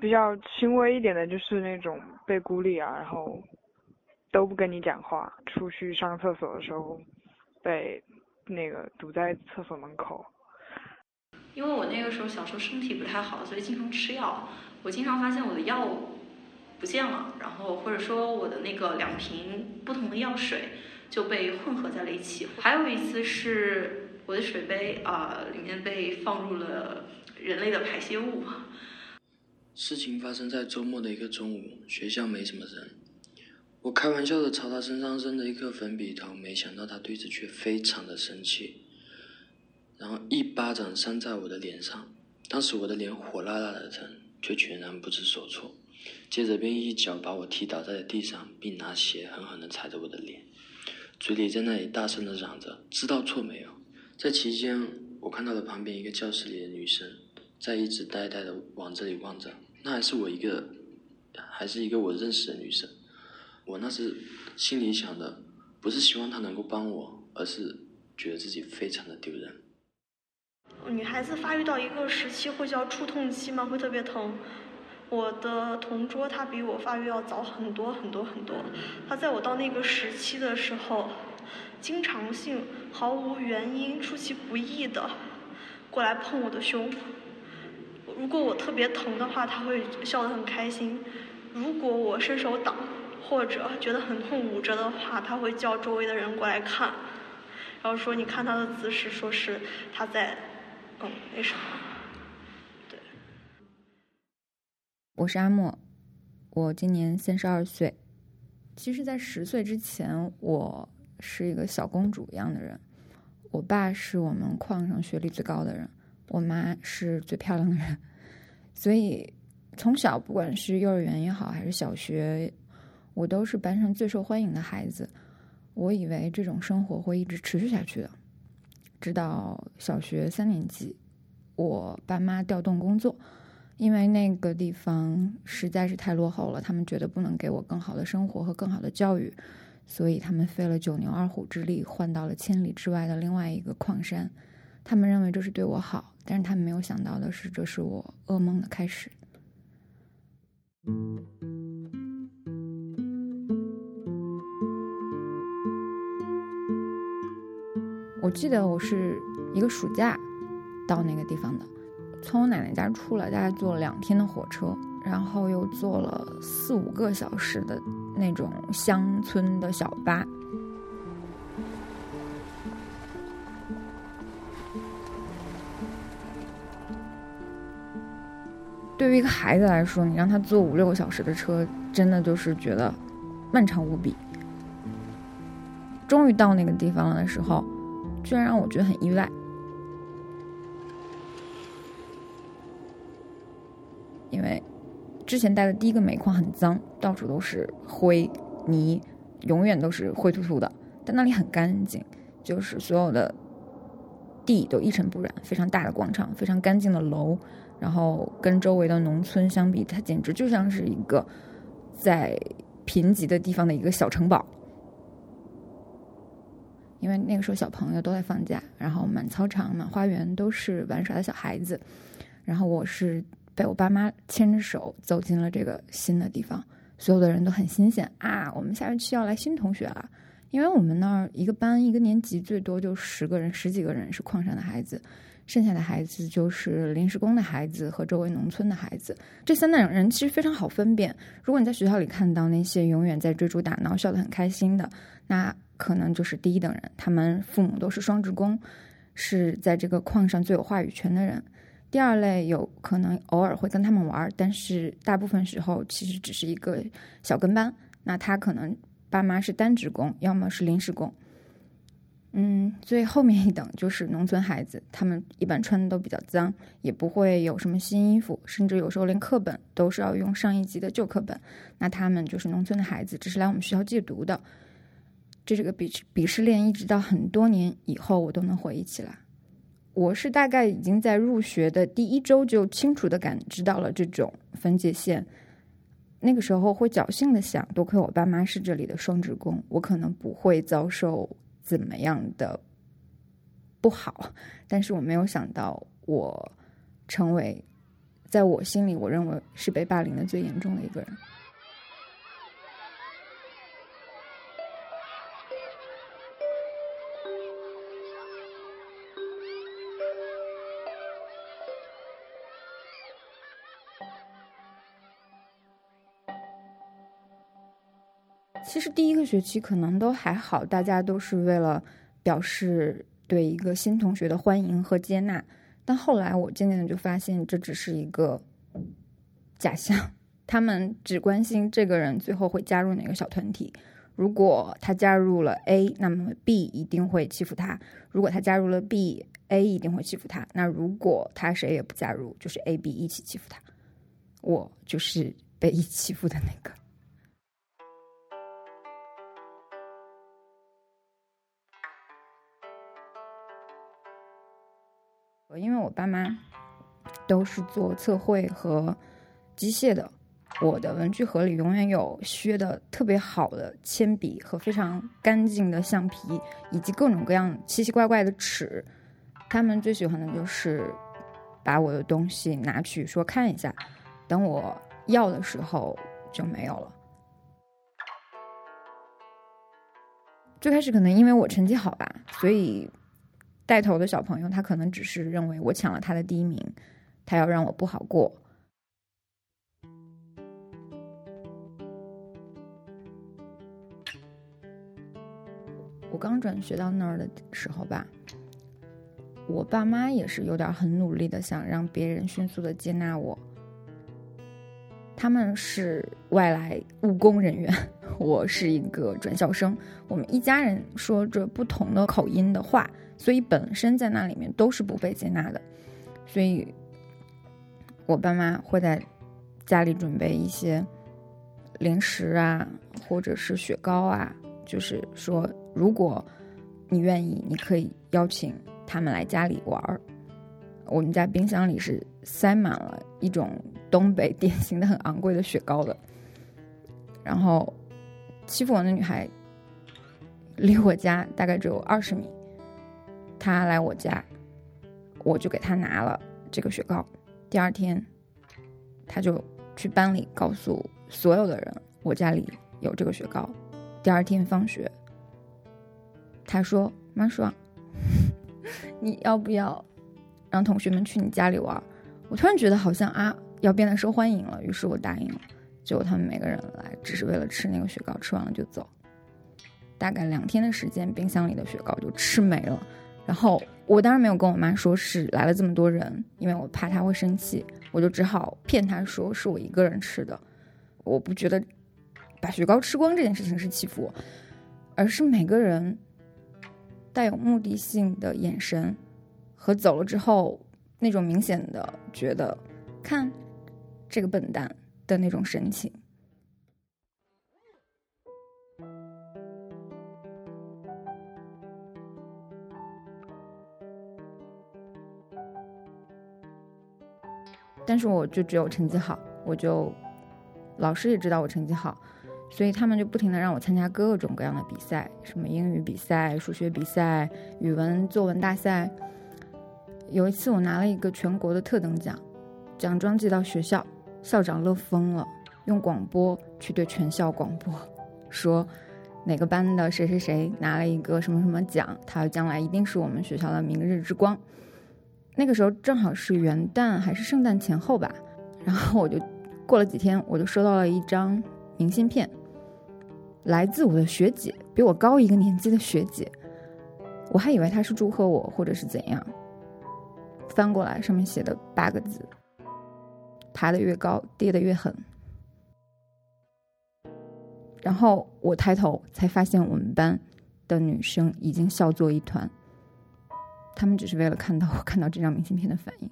比较轻微一点的，就是那种被孤立啊，然后都不跟你讲话，出去上厕所的时候被那个堵在厕所门口。 因为我那个时候小时候身体不太好，所以经常吃药。我经常发现我的药不见了，然后或者说我的那个2瓶不同的药水就被混合在了一起。还有一次是我的水杯里面被放入了人类的排泄物。 事情发生在周末的一个中午，学校没什么人。我开玩笑的朝他身上扔了一颗粉笔头，没想到他对此却非常的生气，然后一巴掌扇在我的脸上。当时我的脸火辣辣的疼，却全然不知所措。接着便一脚把我踢倒在了地上，并拿鞋狠狠地踩着我的脸，嘴里在那里大声地嚷着知道错没有。在期间，我看到了旁边一个教室里的女生在一直呆呆地往这里望着，那还是一个我认识的女生。我那时心里想的不是希望她能够帮我，而是觉得自己非常的丢人。 女孩子发育到一个时期会叫触痛期嘛，会特别疼。我的同桌她比我发育要早很多很多很多，她在我到那个时期的时候，经常性毫无原因出其不意的过来碰我的胸。如果我特别疼的话，她会笑得很开心；如果我伸手挡或者觉得很痛捂着的话，她会叫周围的人过来看，然后说你看她的姿势，说是她在那什么。对， 我是阿莫，我今年32岁。其实在10岁之前，我是一个小公主一样的人。我爸是我们矿上学历最高的人，我妈是最漂亮的人，所以从小不管是幼儿园也好还是小学，我都是班上最受欢迎的孩子。我以为这种生活会一直持续下去的，直到小学3年级，我爸妈调动工作，因为那个地方实在是太落后了，他们觉得不能给我更好的生活和更好的教育，所以他们费了9牛2虎之力换到了千里之外的另外一个矿山。他们认为这是对我好，但是他们没有想到的是，这是我噩梦的开始。我记得我是一个暑假到那个地方的，从我奶奶家出来大概坐了2天的火车，然后又坐了4、5个小时的那种乡村的小巴。对于一个孩子来说，你让他坐5、6个小时的车，真的就是觉得漫长无比。终于到那个地方了的时候，居然让我觉得很意外，因为之前待的第一个煤矿很脏，到处都是灰泥，永远都是灰秃秃的，但那里很干净，就是所有的地都一尘不染，非常大的广场，非常干净的楼，然后跟周围的农村相比，它简直就像是一个在贫瘠的地方的一个小城堡。因为那个时候小朋友都在放假，然后满操场满花园都是玩耍的小孩子，然后我是被我爸妈牵着手走进了这个新的地方，所有的人都很新鲜啊，我们下学期要来新同学了。因为我们那儿一个班一个年级最多就10个人10几个人是矿上的孩子，剩下的孩子就是临时工的孩子和周围农村的孩子。这3代人其实非常好分辨，如果你在学校里看到那些永远在追逐打闹笑得很开心的，那可能就是第一等人，他们父母都是双职工，是在这个矿上最有话语权的人。第二类有可能偶尔会跟他们玩，但是大部分时候其实只是一个小跟班，那他可能爸妈是单职工，要么是临时工。最后面一等就是农村孩子，他们一般穿的都比较脏，也不会有什么新衣服，甚至有时候连课本都是要用上一级的旧课本，那他们就是农村的孩子，只是来我们学校借读的。这个鄙视链一直到很多年以后我都能回忆起来。我是大概已经在入学的第1周就清楚地感知到了这种分界线，那个时候会侥幸的想，多亏我爸妈是这里的双职工，我可能不会遭受怎么样的不好，但是我没有想到我成为在我心里我认为是被霸凌的最严重的一个人。其实第一个学期可能都还好，大家都是为了表示对一个新同学的欢迎和接纳，但后来我渐渐的就发现这只是一个假象，他们只关心这个人最后会加入哪个小团体，如果他加入了 A， 那么 B 一定会欺负他，如果他加入了 B，A 一定会欺负他，那如果他谁也不加入，就是 A、B 一起欺负他，我就是被一起欺负的那个。因为我爸妈都是做测绘和机械的，我的文具盒里永远有削的特别好的铅笔和非常干净的橡皮，以及各种各样奇奇怪怪的尺。他们最喜欢的就是把我的东西拿去说看一下，等我要的时候就没有了。最开始可能因为我成绩好吧，所以带头的小朋友他可能只是认为我抢了他的第一名，他要让我不好过。我刚转学到那儿的时候吧，我爸妈也是有点很努力的想让别人迅速的接纳我。他们是外来务工人员，我是一个转校生，我们一家人说着不同的口音的话，所以本身在那里面都是不被接纳的。所以我爸妈会在家里准备一些零食啊，或者是雪糕啊，就是说如果你愿意，你可以邀请他们来家里玩。我们家冰箱里是塞满了一种东北典型的很昂贵的雪糕的。然后欺负我的女孩离我家大概只有20米，她来我家，我就给她拿了这个雪糕。第二天她就去班里告诉所有的人我家里有这个雪糕。第二天放学，她说：“妈爽，你要不要让同学们去你家里玩？”我突然觉得好像要变得受欢迎了，于是我答应了。结果他们每个人来只是为了吃那个雪糕，吃完了就走。大概2天的时间，冰箱里的雪糕就吃没了。然后我当然没有跟我妈说是来了这么多人，因为我怕她会生气，我就只好骗她说是我一个人吃的。我不觉得把雪糕吃光这件事情是欺负我，而是每个人带有目的性的眼神和走了之后那种明显的觉得看这个笨蛋的那种神情。但是我就只有成绩好，老师也知道我成绩好，所以他们就不停地让我参加各种各样的比赛，什么英语比赛、数学比赛、语文作文大赛。有一次我拿了一个全国的特等奖，奖状寄到学校，校长乐疯了，用广播去对全校广播，说哪个班的谁谁谁拿了一个什么什么奖，他将来一定是我们学校的明日之光。那个时候正好是元旦还是圣诞前后吧，然后我就过了几天，我就收到了一张明信片，来自我的学姐，比我高一个年级的学姐。我还以为她是祝贺我或者是怎样，翻过来上面写的8个字：爬得越高，跌得越狠。然后我抬头才发现我们班的女生已经笑作一团，她们只是为了看到我看到这张明信片的反应。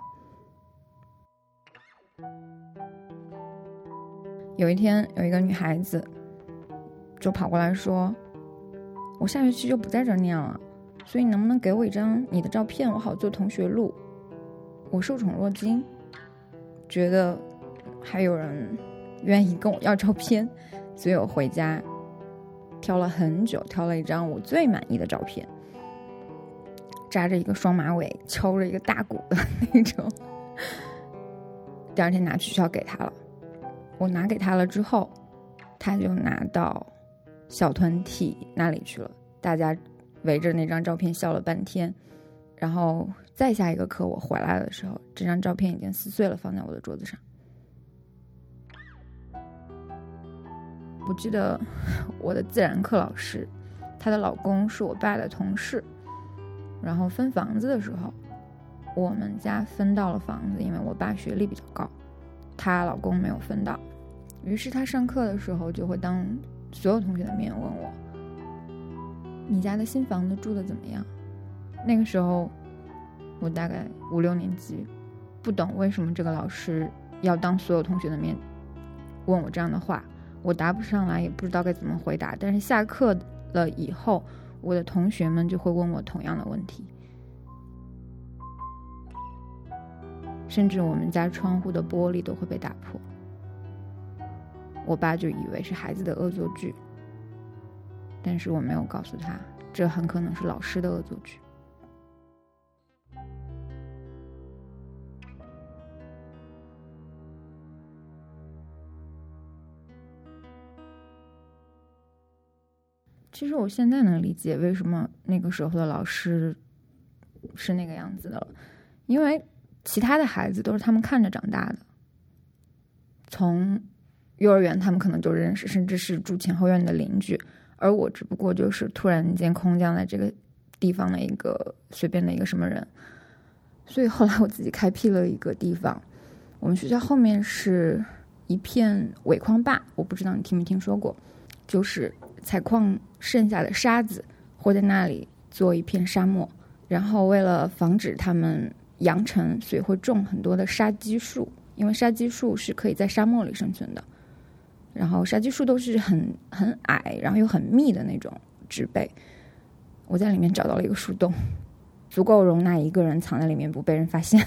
有一天有一个女孩子就跑过来说，我下学期就不在这儿念了，所以能不能给我一张你的照片，我好做同学录。我受宠若惊，觉得还有人愿意跟我要照片，所以我回家挑了很久，挑了一张我最满意的照片，扎着一个双马尾，敲着一个大鼓的那种。 第二天拿去学校给他了。我拿给他了之后，他就拿到小团体那里去了，大家围着那张照片笑了半天。然后再下一个课我回来的时候，这张照片已经撕碎了，放在我的桌子上。我记得我的自然课老师，她的老公是我爸的同事，然后分房子的时候，我们家分到了房子，因为我爸学历比较高，她老公没有分到。于是她上课的时候就会当所有同学的面问我，你家的新房子住的怎么样？那个时候我大概5、6年级，不懂为什么这个老师要当所有同学的面问我这样的话，我答不上来，也不知道该怎么回答。但是下课了以后，我的同学们就会问我同样的问题，甚至我们家窗户的玻璃都会被打破。我爸就以为是孩子的恶作剧，但是我没有告诉他，这很可能是老师的恶作剧。其实我现在能理解为什么那个时候的老师是那个样子的了，因为其他的孩子都是他们看着长大的，从幼儿园他们可能就认识，甚至是住前后院的邻居，而我只不过就是突然间空降在这个地方的一个随便的一个什么人。所以后来我自己开辟了一个地方，我们学校后面是一片尾矿坝，我不知道你听没听说过，就是采矿剩下的沙子会在那里做一片沙漠，然后为了防止它们扬尘，所以会种很多的沙棘树，因为沙棘树是可以在沙漠里生存的。然后沙棘树都是很矮，然后又很密的那种植被。我在里面找到了一个树洞，足够容纳一个人藏在里面不被人发现。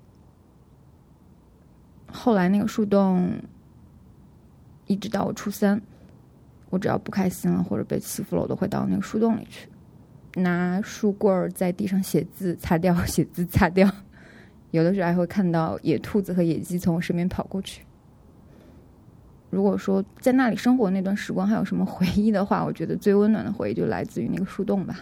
后来那个树洞一直到我初3，我只要不开心了或者被欺负了，我都会到那个树洞里去，拿树棍在地上写字擦掉，写字擦掉。有的时候还会看到野兔子和野鸡从我身边跑过去。如果说在那里生活那段时光还有什么回忆的话，我觉得最温暖的回忆就来自于那个树洞吧。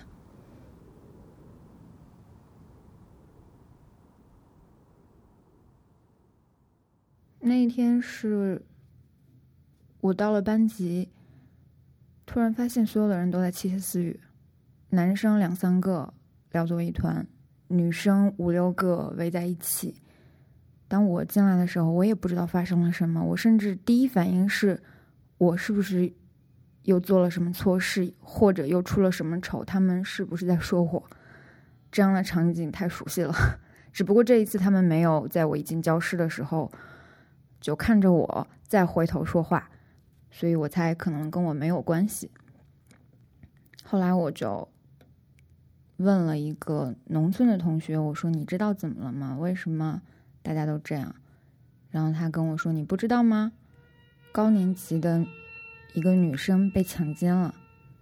那一天是我到了班级，突然发现所有的人都在窃窃私语，男生2、3个聊作一团，女生5、6个围在一起。当我进来的时候，我也不知道发生了什么，我甚至第一反应是，我是不是又做了什么错事，或者又出了什么丑，他们是不是在说我？这样的场景太熟悉了，只不过这一次他们没有在我一进教室的时候就看着我再回头说话，所以我猜可能跟我没有关系。后来我就问了一个农村的同学，我说你知道怎么了吗？为什么大家都这样？然后他跟我说，你不知道吗？高年级的一个女生被强奸了。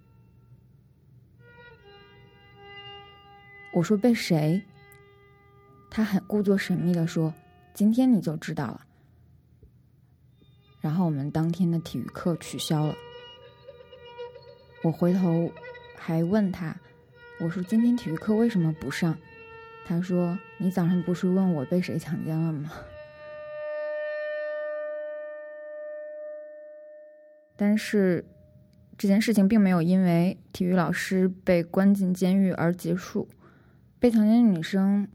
我说被谁？他很故作神秘地说，今天你就知道了。然后我们当天的体育课取消了。我回头还问他，我说今天体育课为什么不上？他说你早上不是问我被谁强奸了吗？但是这件事情并没有因为体育老师被关进监狱而结束。被强奸的女生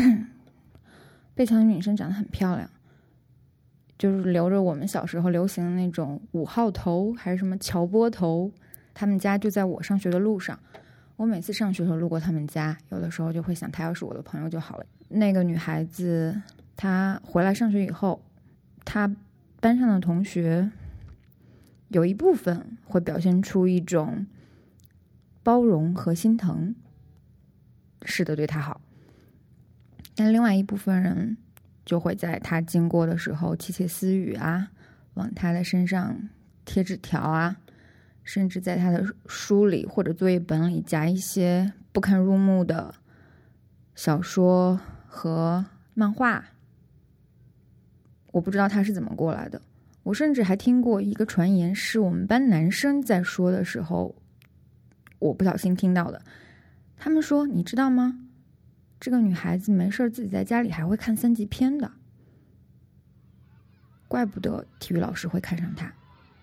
长得很漂亮，就是留着我们小时候流行的那种5号头还是什么乔波头。他们家就在我上学的路上，我每次上学的时候路过他们家，有的时候就会想她要是我的朋友就好了。那个女孩子她回来上学以后，她班上的同学有一部分会表现出一种包容和心疼，是的对她好，但另外一部分人就会在她经过的时候窃窃私语啊，往她的身上贴纸条啊，甚至在她的书里或者作业本里夹一些不堪入目的小说和漫画。 我不知道他是怎么过来的。我甚至还听过一个传言，是我们班男生在说的时候我不小心听到的。他们说，你知道吗，这个女孩子没事自己在家里还会看3级片的，怪不得体育老师会看上她。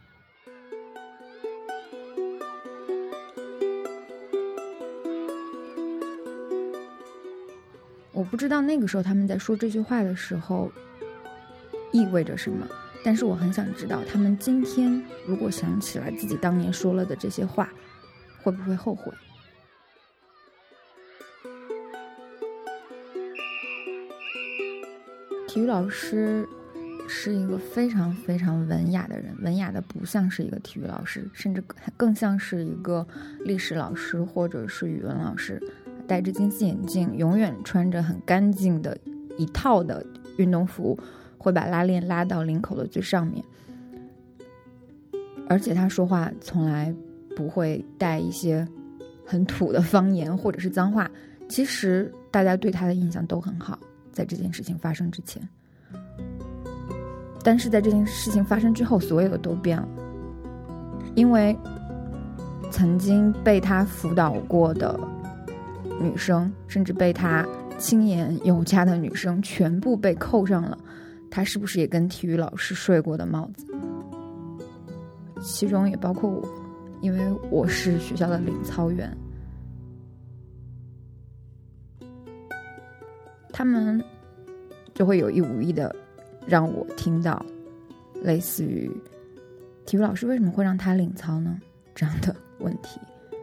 我不知道那个时候他们在说这句话的时候意味着什么，但是我很想知道他们今天如果想起来自己当年说了的这些话，会不会后悔。体育老师是一个非常非常文雅的人，文雅的不像是一个体育老师，甚至更像是一个历史老师或者是语文老师，戴着金丝眼镜，永远穿着很干净的一套的运动服，会把拉链拉到领口的最上面，而且他说话从来不会带一些很土的方言或者是脏话。其实大家对他的印象都很好，在这件事情发生之前，但是在这件事情发生之后，所有的都变了。因为曾经被他辅导过的女生，甚至被他亲眼有加的女生，全部被扣上了他是不是也跟体育老师睡过的帽子，其中也包括我，因为我是学校的领操员。他们就会有意无意的让我听到类似于体育老师为什么会让他领操呢这样的问题。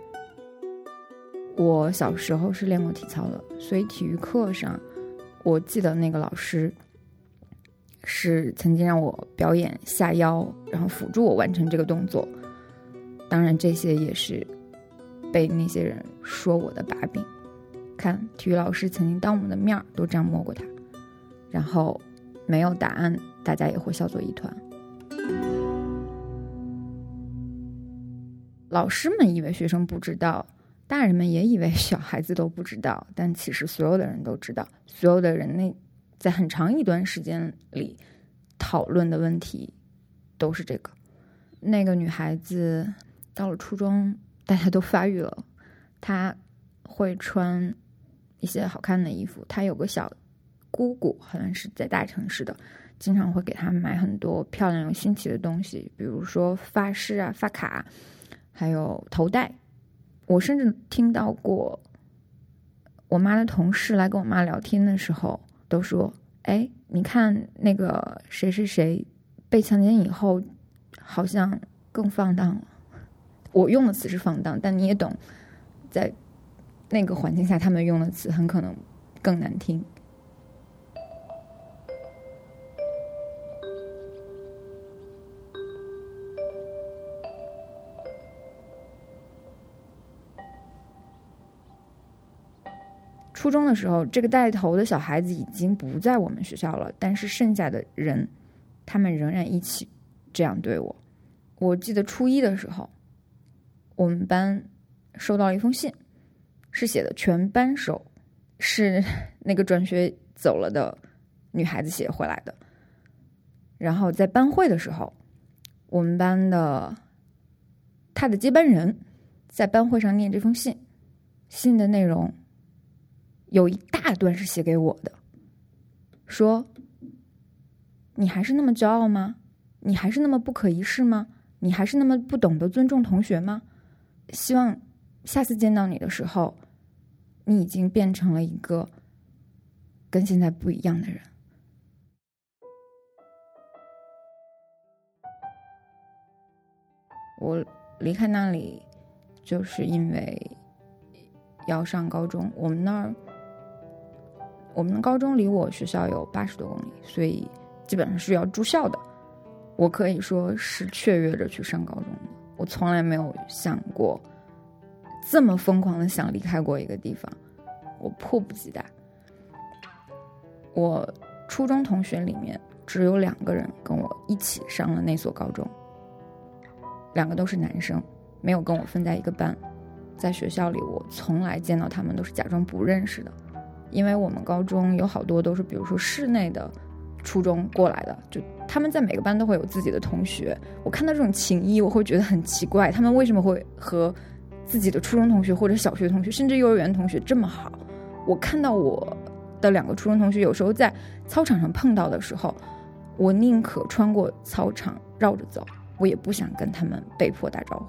我小时候是练过体操的，所以体育课上我记得那个老师是曾经让我表演下腰，然后辅助我完成这个动作。当然这些也是被那些人说我的把柄，看体育老师曾经当我们的面都这样摸过他，然后没有答案大家也会笑作一团。老师们以为学生不知道，大人们也以为小孩子都不知道，但其实所有的人都知道。所有的人在很长一段时间里讨论的问题都是这个。那个女孩子到了初中大家都发育了，她会穿一些好看的衣服，她有个小姑姑好像是在大城市的，经常会给她买很多漂亮又新奇的东西，比如说发饰啊、发卡，还有头带。我甚至听到过我妈的同事来跟我妈聊天的时候都说，哎，你看那个谁谁谁被强奸以后好像更放荡了。我用的词是放荡，但你也懂，在那个环境下他们用的词很可能更难听。初中的时候，这个带头的小孩子已经不在我们学校了，但是剩下的人他们仍然一起这样对我。我记得初一的时候，我们班收到了一封信，是写的全班收，是那个转学走了的女孩子写回来的。然后在班会的时候，我们班的他的接班人在班会上念这封信，信的内容有一大段是写给我的，说你还是那么骄傲吗？你还是那么不可一世吗？你还是那么不懂得尊重同学吗？希望下次见到你的时候，你已经变成了一个跟现在不一样的人。我离开那里就是因为要上高中，我们的高中离我学校有80多公里，所以基本上是要住校的。我可以说是雀跃着去上高中的，我从来没有想过这么疯狂的想离开过一个地方，我迫不及待。我初中同学里面只有2个人跟我一起上了那所高中，2个都是男生，没有跟我分在一个班。在学校里我从来见到他们都是假装不认识的，因为我们高中有好多都是比如说室内的初中过来的，就他们在每个班都会有自己的同学。我看到这种情谊，我会觉得很奇怪，他们为什么会和自己的初中同学或者小学同学甚至幼儿园同学这么好。我看到我的2个初中同学有时候在操场上碰到的时候，我宁可穿过操场绕着走，我也不想跟他们被迫打招呼。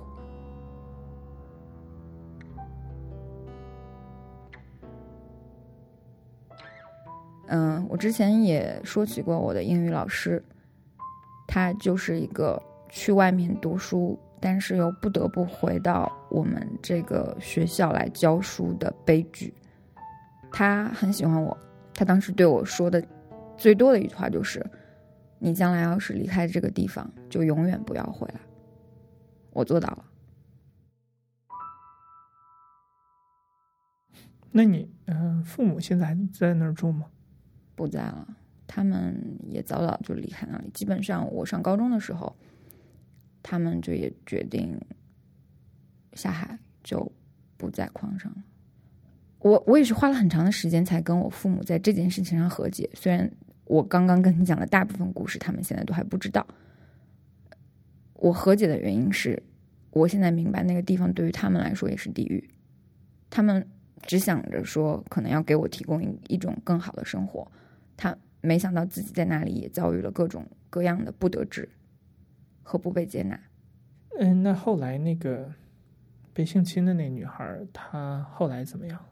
我之前也说起过我的英语老师，他就是一个去外面读书，但是又不得不回到我们这个学校来教书的悲剧。他很喜欢我，他当时对我说的最多的一句话就是，你将来要是离开这个地方，就永远不要回来。我做到了。 那你父母现在还在那儿住吗？ 不在了，他们也早早就离开那里。基本上我上高中的时候，他们就也决定下海，就不在矿上了。我也是花了很长的时间才跟我父母在这件事情上和解，虽然我刚刚跟你讲的大部分故事他们现在都还不知道。我和解的原因是，我现在明白那个地方对于他们来说也是地狱，他们只想着说可能要给我提供一种更好的生活，他没想到自己在那里也遭遇了各种各样的不得志和不被接纳。 那后来那个被性侵的那女孩，她后来怎么样？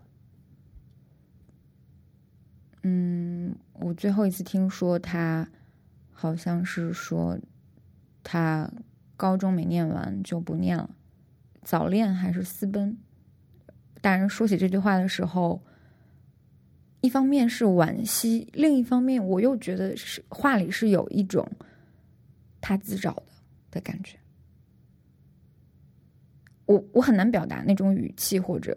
我最后一次听说她好像是说她高中没念完就不念了，早恋还是私奔。大人说起这句话的时候，一方面是惋惜，另一方面我又觉得是话里是有一种他自找的感觉。我很难表达那种语气或者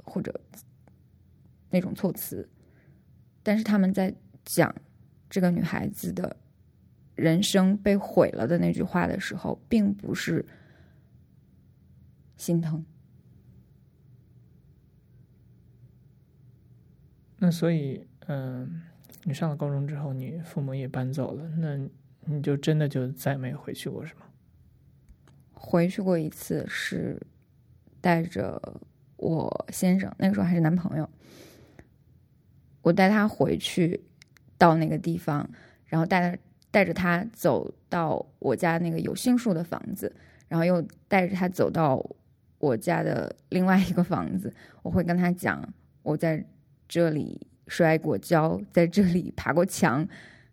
那种措辞，但是他们在讲这个女孩子的人生被毁了的那句话的时候，并不是心疼。 那所以你上了高中之后，你父母也搬走了，那你就真的就再没回去过是吗？ 回去过一次，是带着我先生，那个时候还是男朋友，我带他回去到那个地方，然后带着他走到我家那个有杏树的房子，然后又带着他走到我家的另外一个房子。我会跟他讲，我在这里摔过跤，在这里爬过墙。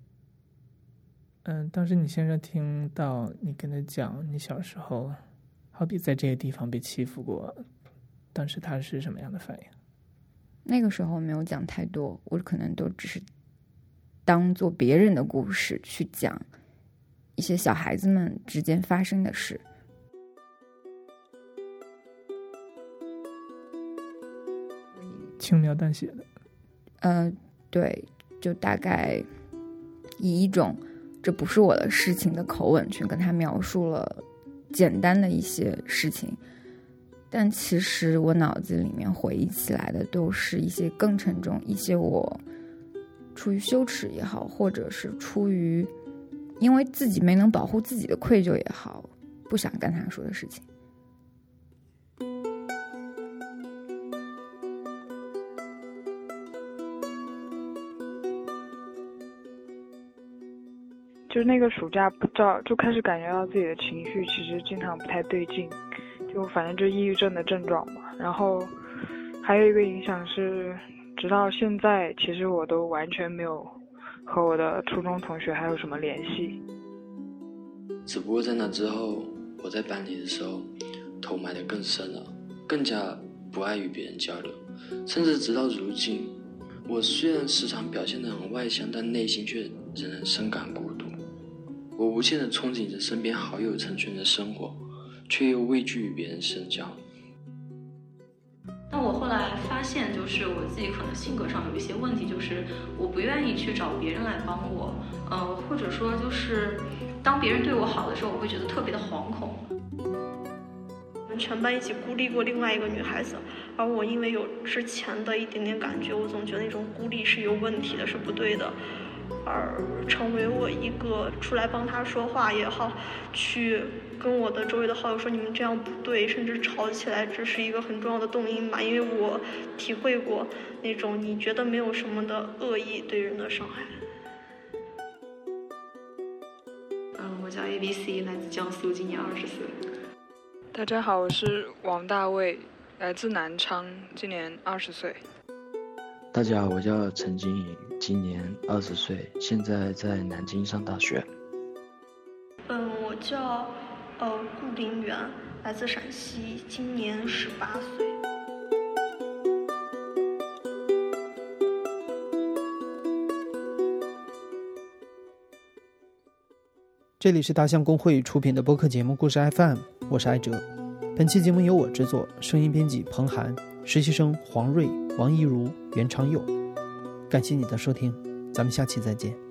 当时你先生听到你跟他讲你小时候好比在这个地方被欺负过，当时他是什么样的反应？ 那个时候没有讲太多，我可能都只是当做别人的故事去讲一些小孩子们之间发生的事。 轻描淡写的。 对，就大概以一种这不是我的事情的口吻去跟他描述了简单的一些事情，但其实我脑子里面回忆起来的都是一些更沉重，一些我出于羞耻也好，或者是出于因为自己没能保护自己的愧疚也好，不想跟他说的事情。 就是那个暑假不知道就开始感觉到自己的情绪其实经常不太对劲，就反正就抑郁症的症状嘛。然后还有一个影响是，直到现在其实我都完全没有和我的初中同学还有什么联系。 只不过在那之后，我在班里的时候头埋得更深了，更加不爱与别人交流，甚至直到如今，我虽然时常表现得很外向，但内心却仍然深感孤独。我无限地憧憬着身边好友成群的生活，却又畏惧与别人深交。 但我后来发现，就是我自己可能性格上有一些问题，就是我不愿意去找别人来帮我，或者说就是当别人对我好的时候，我会觉得特别的惶恐。 我们全班一起孤立过另外一个女孩子，而我因为有之前的一点点感觉，我总觉得那种孤立是有问题的，是不对的。 而成为我一个出来帮他说话也好，去跟我的周围的好友说你们这样不对，甚至吵起来，这是一个很重要的动因吧。因为我体会过那种你觉得没有什么的恶意对人的伤害。 我叫 ABC， 来自江苏，今年20岁。 大家好，我是王大卫，来自南昌，今年20岁。 大家好，我叫陈金颖，今年20岁，现在在南京上大学。 我叫顾林媛，来自陕西，今年18岁。 这里是大象公会出品的播客节目故事 FM， 我是艾哲。本期节目由我制作，声音编辑彭涵，实习生黄瑞、王一如、袁长佑。感谢你的收听，咱们下期再见。